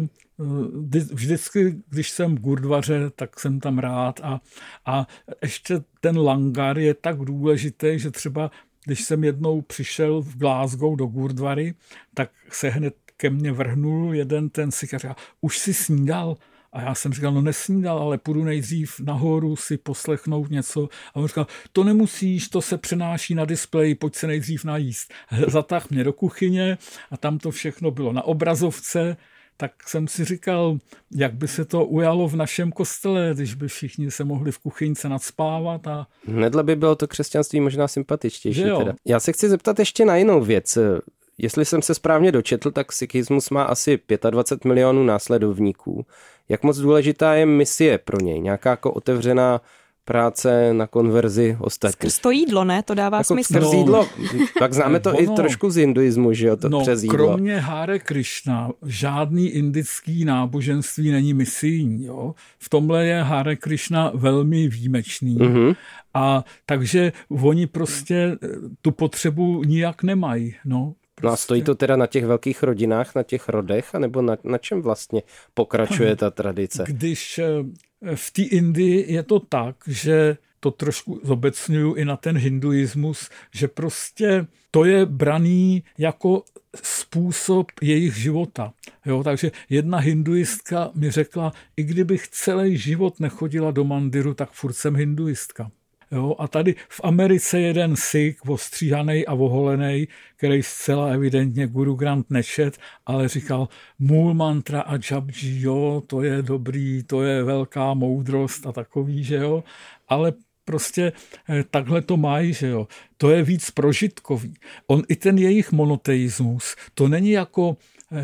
vždycky, když jsem v Gurdwaře, tak jsem tam rád a ještě ten langar je tak důležitý, že třeba když jsem jednou přišel v Glasgow do Gurdwary, tak se hned ke mně vrhnul jeden ten sikař a už si snídal? A já jsem říkal, no nesnídal, ale půjdu nejdřív nahoru si poslechnout něco. A on říkal, to nemusíš, to se přenáší na displeji, pojď se nejdřív najíst. Zatáhl mě do kuchyně a tam to všechno bylo na obrazovce. Tak jsem si říkal, jak by se to ujalo v našem kostele, když by všichni se mohli v kuchyňce nadspávat. Hnedle by bylo to křesťanství možná sympatičtější. Teda. Já se chci zeptat ještě na jinou věc. Jestli jsem se správně dočetl, tak sikhismus má asi 25 milionů následovníků. Jak moc důležitá je misie pro něj? Nějaká jako otevřená práce na konverzi ostatních? Skrz to jídlo, ne? To dává jako smysl. Skrz jídlo. Tak známe to i trošku z hinduismu, že jo? To přes jídlo. Kromě Hare Krishna žádný indický náboženství není misijní. Jo? V tomhle je Hare Krishna velmi výjimečný. A takže oni prostě tu potřebu nijak nemají. No a stojí to teda na těch velkých rodinách, na těch rodech, anebo na čem vlastně pokračuje ta tradice? Když v té Indii je to tak, že to trošku zobecňuju i na ten hinduismus, že prostě to je braný jako způsob jejich života. Jo, takže jedna hinduistka mi řekla, i kdybych celý život nechodila do mandiru, tak furt jsem hinduistka. Jo, a tady v Americe jeden Sikh, ostříhanej a oholenej, který zcela evidentně Guru Granth nečet, ale říkal Mool mantra a Japji, jo, to je dobrý, to je velká moudrost a takový, že jo, ale prostě takhle to mají, že jo. To je víc prožitkový. On i ten jejich monoteismus, to není jako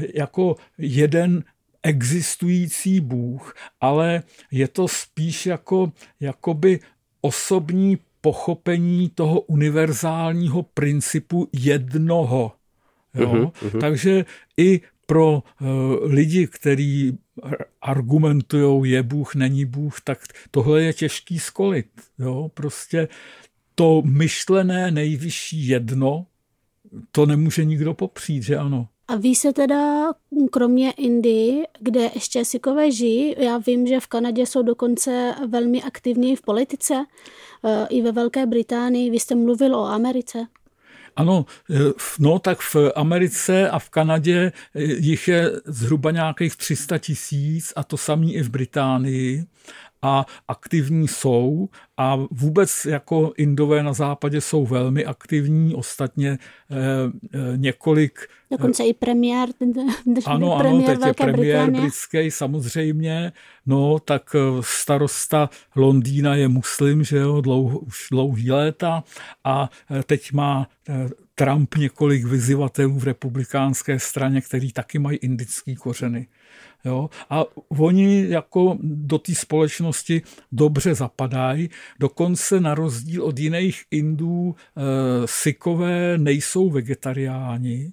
jeden existující bůh, ale je to spíš jakoby osobní pochopení toho univerzálního principu jednoho. Jo? Takže i pro lidi, kteří argumentujou, je Bůh, není Bůh, tak tohle je těžký skolit. Jo? Prostě to myšlené nejvyšší jedno, to nemůže nikdo popřít, že ano. A ví se teda, kromě Indii, kde ještě Sikhové žijí, já vím, že v Kanadě jsou dokonce velmi aktivní v politice, i ve Velké Británii, vy jste mluvil o Americe. Ano, no tak v Americe a v Kanadě jich je zhruba nějakých 300 000 a to samý i v Británii. A aktivní jsou a vůbec jako Indové na západě jsou velmi aktivní, ostatně několik... Dokonce i premiér, ano, teď je premiér britský samozřejmě, no tak starosta Londýna je muslim, že jo, už dlouhý léta a teď má Trump několik vyzývatelů v republikánské straně, který taky mají indický kořeny. Jo? A oni jako do té společnosti dobře zapadají, dokonce na rozdíl od jiných Indů Sikhové nejsou vegetariáni,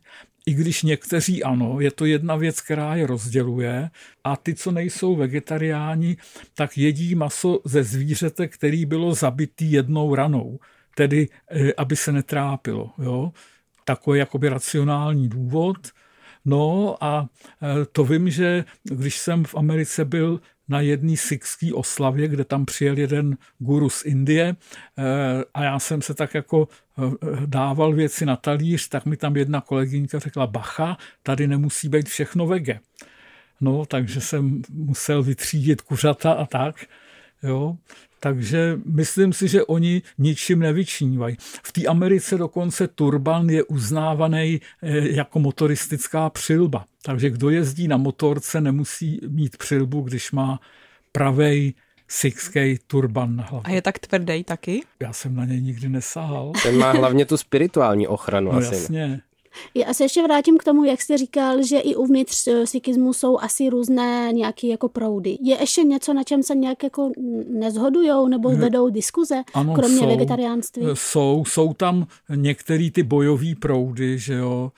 I když někteří ano, je to jedna věc, která je rozděluje a ty, co nejsou vegetariáni, tak jedí maso ze zvířete, který bylo zabitý jednou ranou, tedy aby se netrápilo. Jo? Takový jakoby racionální důvod. No a to vím, že když jsem v Americe byl na jedné sikhské oslavě, kde tam přijel jeden guru z Indie a já jsem se tak jako dával věci na talíř, tak mi tam jedna kolegyňka řekla, bacha, tady nemusí být všechno vege. No, takže jsem musel vytřídit kuřata a tak, jo. Takže myslím si, že oni ničím nevyčnívají. V té Americe dokonce turban je uznávaný jako motoristická přilba. Takže kdo jezdí na motorce, nemusí mít přilbu, když má pravej sikhský turban na hlavě. A je tak tvrdý taky? Já jsem na něj nikdy nesahal. Ten má hlavně tu spirituální ochranu. No asi. jasně. Já se ještě vrátím k tomu, jak jste říkal, že i uvnitř sikhismu jsou asi různé nějaké jako proudy. Je ještě něco, na čem se nějak jako nezhodujou nebo vedou diskuze, ano, kromě vegetariánství? Jsou tam některé ty bojové proudy, že jo.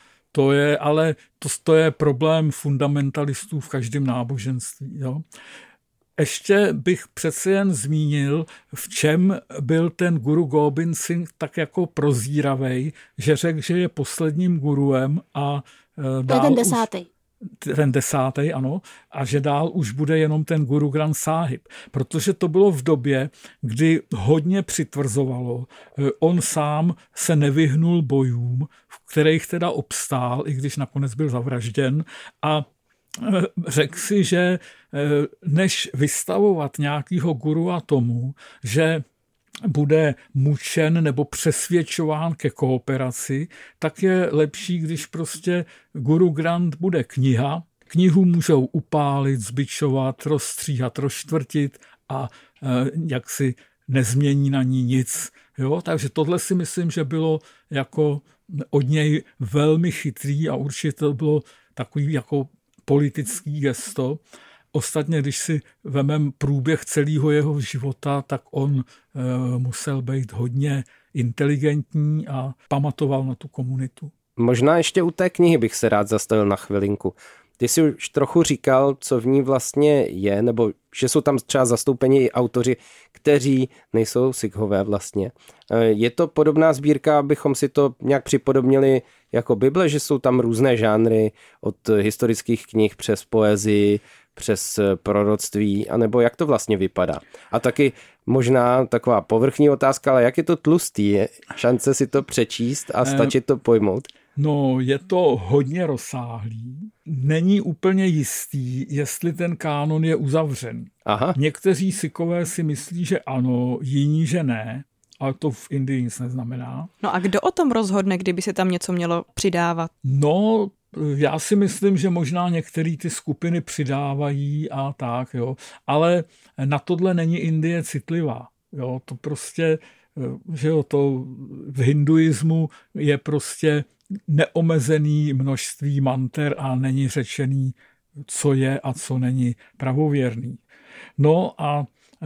To je problém fundamentalistů v každém náboženství, jo. Ještě bych přece jen zmínil, v čem byl ten guru Gobind Singh tak jako prozíravej, že řekl, že je posledním guruem a to je ten 10. Ten 10. ano, a že dál už bude jenom ten Guru Granth Sahib. Protože to bylo v době, kdy hodně přitvrzovalo. On sám se nevyhnul bojům, v kterých teda obstál, i když nakonec byl zavražděn, a řekl si, že než vystavovat nějakého gurua tomu, že bude mučen nebo přesvědčován ke kooperaci, tak je lepší, když prostě Guru Granth bude kniha. Knihu můžou upálit, zbičovat, rozstříhat, rozčtvrtit a jaksi nezmění na ní nic. Jo? Takže tohle si myslím, že bylo jako od něj velmi chytrý a určitě to bylo takový jako politický gesto. Ostatně, když si vememe průběh celého jeho života, tak on musel být hodně inteligentní a pamatoval na tu komunitu. Možná ještě u té knihy bych se rád zastavil na chvilinku. Ty jsi už trochu říkal, co v ní vlastně je, nebo že jsou tam třeba zastoupeni i autoři, kteří nejsou sikhové vlastně. Je to podobná sbírka, abychom si to nějak připodobnili jako Bible, že jsou tam různé žánry od historických knih přes poezii, přes proroctví, anebo jak to vlastně vypadá. A taky možná taková povrchní otázka, ale jak je to tlustý? Je šance si to přečíst a stačit to pojmout? No, je to hodně rozsáhlý. Není úplně jistý, jestli ten kánon je uzavřen. Aha. Někteří sikové si myslí, že ano, jiní, že ne, ale to v Indii nic neznamená. No a kdo o tom rozhodne, kdyby se tam něco mělo přidávat? No, já si myslím, že možná některé ty skupiny přidávají a tak, jo. Ale na tohle není Indie citlivá. Jo. To prostě, že jo, to v hinduismu je prostě neomezený množství manter a není řečený, co je a co není pravověrný. No a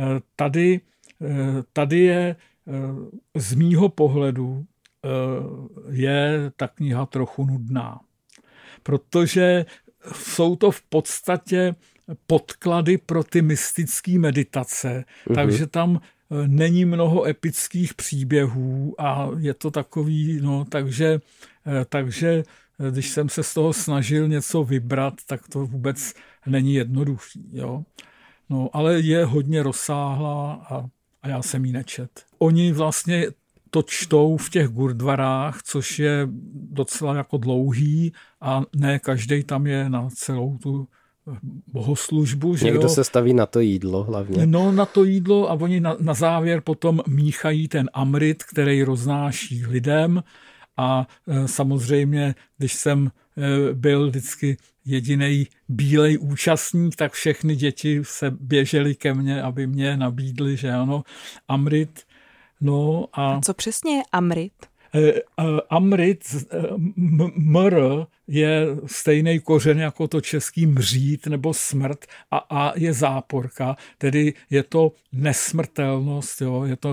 tady je z mýho pohledu je ta kniha trochu nudná. Protože jsou to v podstatě podklady pro ty mystické meditace, takže tam není mnoho epických příběhů a je to takový, no, takže když jsem se z toho snažil něco vybrat, tak to vůbec není jednoduchý, jo. No, ale je hodně rozsáhlá a já jsem ji nečet. Oni vlastně to čtou v těch gurdvarách, což je docela jako dlouhý a ne každej tam je na celou tu bohoslužbu. Že někdo jo? se staví na to jídlo hlavně. No, na to jídlo a oni na závěr potom míchají ten amrit, který roznáší lidem a samozřejmě, když jsem byl vždycky jedinej bílej účastník, tak všechny děti se běžely ke mně, aby mě nabídli, že ano, amrit. No a co přesně je amrit? Amrit, mr je stejný kořen jako to český mřít nebo smrt a je záporka, tedy je to nesmrtelnost, jo, je to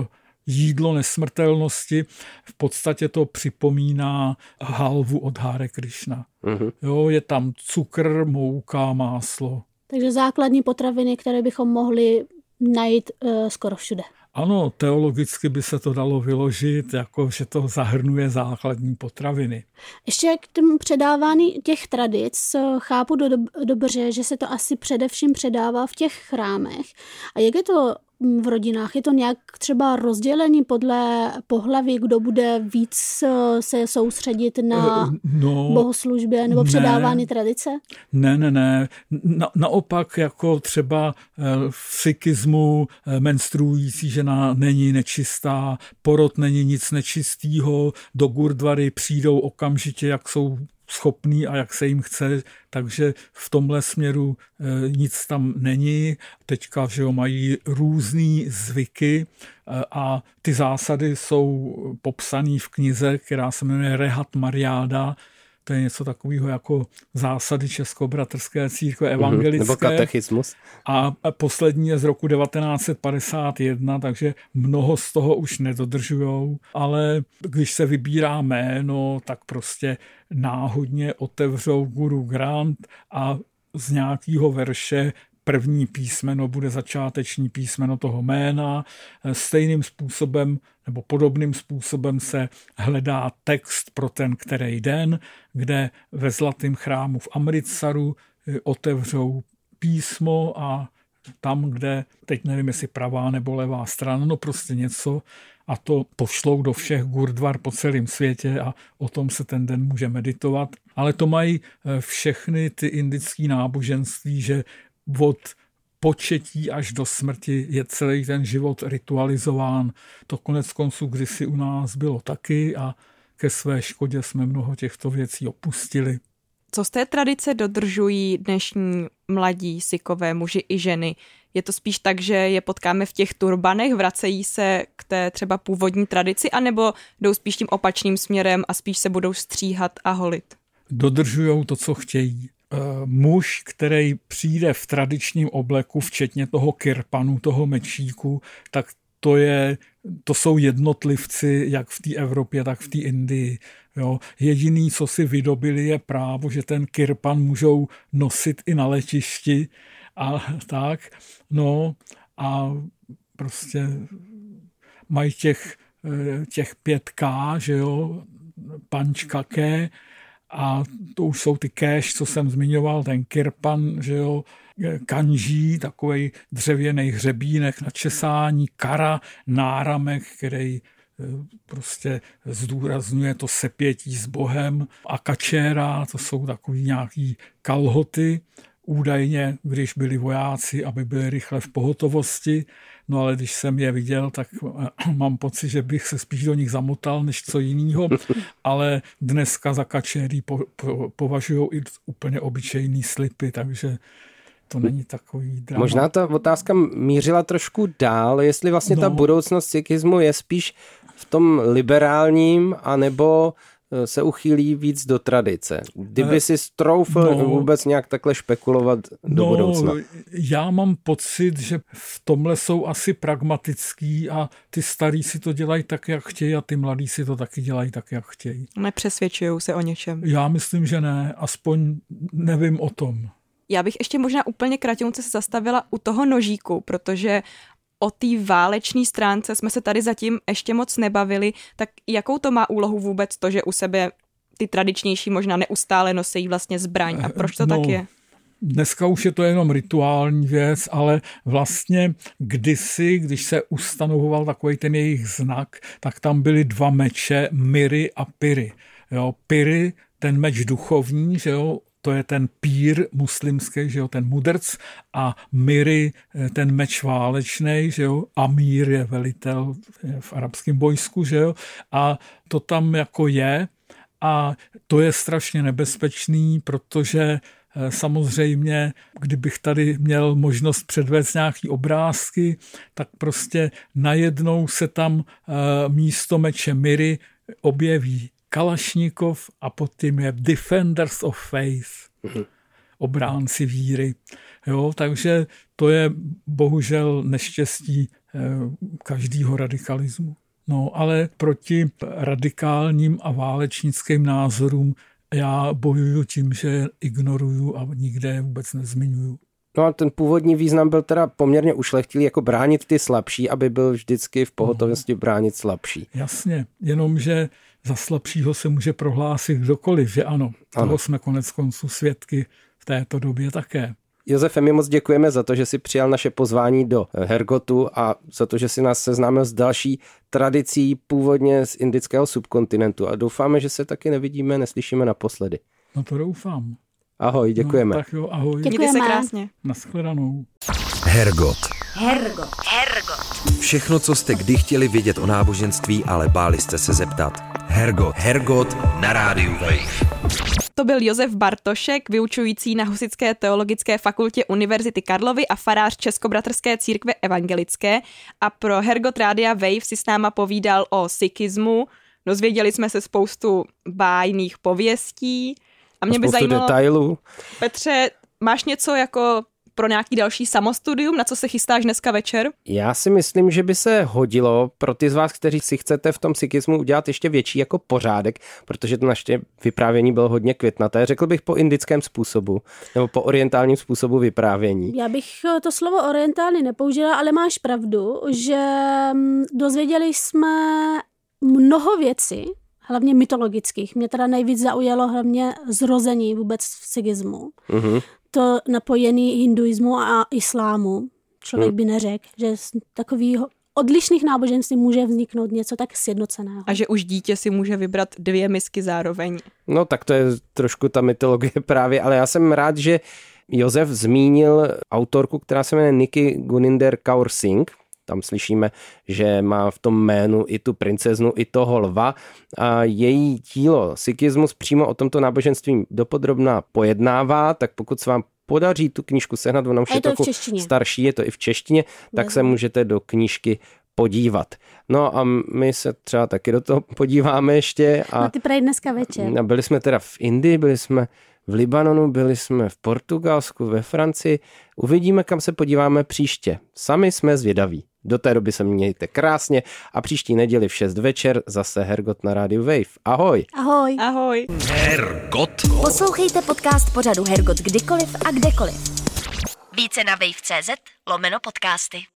jídlo nesmrtelnosti. V podstatě to připomíná halvu od Hare Krishna. Jo, je tam cukr, mouka, máslo. Takže základní potraviny, které bychom mohli najít skoro všude. Ano, teologicky by se to dalo vyložit, jako že to zahrnuje základní potraviny. Ještě k tomu předávání těch tradic chápu dobře, že se to asi především předává v těch chrámech. A jak je to v rodinách? Je to nějak třeba rozdělení podle pohlaví, kdo bude víc se soustředit na bohoslužbě nebo předávání tradice? Ne. Naopak jako třeba v sikhismu menstruující žena není nečistá, porod není nic nečistýho, do gurdvary přijdou okamžitě, jak jsou schopný a jak se jim chce, takže v tomhle směru nic tam není. Teďka že mají různý zvyky a ty zásady jsou popsané v knize, která se jmenuje Rehat Mariáda. To je něco takového jako zásady Českobratrské církve evangelické. Nebo katechismus. A poslední je z roku 1951, takže mnoho z toho už nedodržujou, ale když se vybírá jméno, tak prostě náhodně otevřou Guru Granth a z nějakého verše první písmeno bude začáteční písmeno toho jména. Stejným způsobem nebo podobným způsobem se hledá text pro ten který den, kde ve Zlatém chrámu v Amritsaru otevřou písmo a tam, kde, teď nevím, jestli pravá nebo levá strana, no prostě něco, a to pošlou do všech gurdvar po celém světě a o tom se ten den může meditovat. Ale to mají všechny ty indické náboženství, že od početí až do smrti je celý ten život ritualizován. To konec konců kdysi u nás bylo taky a ke své škodě jsme mnoho těchto věcí opustili. Co z té tradice dodržují dnešní mladí Sikhové muži i ženy? Je to spíš tak, že je potkáme v těch turbanech, vracejí se k té třeba původní tradici, anebo jdou spíš tím opačným směrem a spíš se budou stříhat a holit? Dodržujou to, co chtějí. Muž, který přijde v tradičním obleku, včetně toho kirpanu, toho mečíku, tak to jsou jednotlivci jak v té Evropě, tak v té Indii. Jo. Jediný, co si vydobili, je právo, že ten kirpan můžou nosit i na letišti a tak. No a prostě mají těch 5K, že jo, pančkaké, a to už jsou ty kéš, co jsem zmiňoval, ten kirpan, že jo, kanží, takovej dřevěný hřebínek na česání, kara, náramek, který prostě zdůrazňuje to sepětí s Bohem, a kačéra, to jsou takový nějaký kalhoty, údajně, když byli vojáci, aby byli rychle v pohotovosti. No ale když jsem je viděl, tak mám pocit, že bych se spíš do nich zamotal, než co jinýho. Ale dneska za kačéry považují i úplně obyčejný slipy, takže to není takový drama. Možná ta otázka mířila trošku dál, jestli vlastně ta budoucnost sikhismu je spíš v tom liberálním, anebo se uchýlí víc do tradice. Kdyby si stroufl vůbec nějak takhle špekulovat do budoucna. Já mám pocit, že v tomhle jsou asi pragmatický a ty starí si to dělají tak, jak chtějí, a ty mladí si to taky dělají tak, jak chtějí. Nepřesvědčují se o něčem. Já myslím, že ne. Aspoň nevím o tom. Já bych ještě možná úplně kratěunce se zastavila u toho nožíku, protože o té válečné stránce jsme se tady zatím ještě moc nebavili, tak jakou to má úlohu vůbec to, že u sebe ty tradičnější možná neustále nosejí vlastně zbraň, a proč to tak je? Dneska už je to jenom rituální věc, ale vlastně kdysi, když se ustanovoval takový ten jejich znak, tak tam byly dva meče, Miri a Piri. Jo, Piri, ten meč duchovní, že jo, to je ten pír muslimský, že jo, ten mudrc, a Miri, ten meč válečný, že jo, Amír je velitel v arabském vojsku, že jo, a to tam jako je, a to je strašně nebezpečný, protože samozřejmě, kdybych tady měl možnost předvést nějaký obrázky, tak prostě najednou se tam místo meče Miri objeví Kalašnikov a pod tím je Defenders of Faith, obránci víry. Jo, takže to je bohužel neštěstí každého radikalismu. No, ale proti radikálním a válečnickým názorům já bojuju tím, že ignoruju a nikde je vůbec nezmiňuju. No a ten původní význam byl teda poměrně ušlechtilý, jako bránit ty slabší, aby byl vždycky v pohotovosti bránit slabší. Jasně, jenomže za slabšího se může prohlásit kdokoliv, že ano. Toho jsme konec konců svědky v této době také. Josefe, my moc děkujeme za to, že jsi přijal naše pozvání do Hergotu a za to, že jsi nás seznámil s další tradicí původně z indického subkontinentu a doufáme, že se taky nevidíme, neslyšíme naposledy. No to doufám. Ahoj, děkujeme. No, tak jo, ahoj. Mějte se krásně. Nashledanou. Hergot. Hergot. Všechno, co jste kdy chtěli vědět o náboženství, ale báli jste se zeptat. Hergot na rádiu Wave. To byl Josef Bartošek, vyučující na Husitské teologické fakultě Univerzity Karlovy a farář Českobratrské církve evangelické, a pro Hergot Rádia Wave si s náma povídal o sikhismu. Dozvěděli jsme se spoustu bájných pověstí a mě by zajímalo, detailů. Petře, máš něco jako pro nějaký další samostudium, na co se chystáš dneska večer? Já si myslím, že by se hodilo pro ty z vás, kteří si chcete v tom sikhismu udělat ještě větší jako pořádek, protože to naše vyprávění bylo hodně květnaté. Řekl bych po indickém způsobu, nebo po orientálním způsobu vyprávění. Já bych to slovo orientální nepoužila, ale máš pravdu, že dozvěděli jsme mnoho věcí, hlavně mytologických. Mě teda nejvíc zaujalo hlavně zrození vůbec v sikhismu. To napojený hinduismu a islámu. Člověk by neřekl, že z takových odlišných náboženství může vzniknout něco tak sjednoceného. A že už dítě si může vybrat 2 misky zároveň. No tak to je trošku ta mytologie právě, ale já jsem rád, že Josef zmínil autorku, která se jmenuje Nikki Guninder Kaur Singh. Tam slyšíme, že má v tom jménu i tu princeznu, i toho lva. A její dílo Sikhismus přímo o tomto náboženství dopodrobna pojednává, tak pokud se vám podaří tu knížku sehnat, ona už je trochu starší, je to i v češtině, tak se můžete do knížky podívat. No a my se třeba taky do toho podíváme ještě. No ty prej dneska večer. A byli jsme teda v Indii, byli jsme v Libanonu, byli jsme v Portugalsku, ve Francii. Uvidíme, kam se podíváme příště. Sami jsme zvědaví. Do té doby se mějte krásně a příští neděli v 6 večer zase Hergot na rádiu Wave. Ahoj. Ahoj. Ahoj. Hergot. Poslouchejte podcast pořadu Hergot kdykoliv a kdekoliv. Více na wave.cz/podcasty.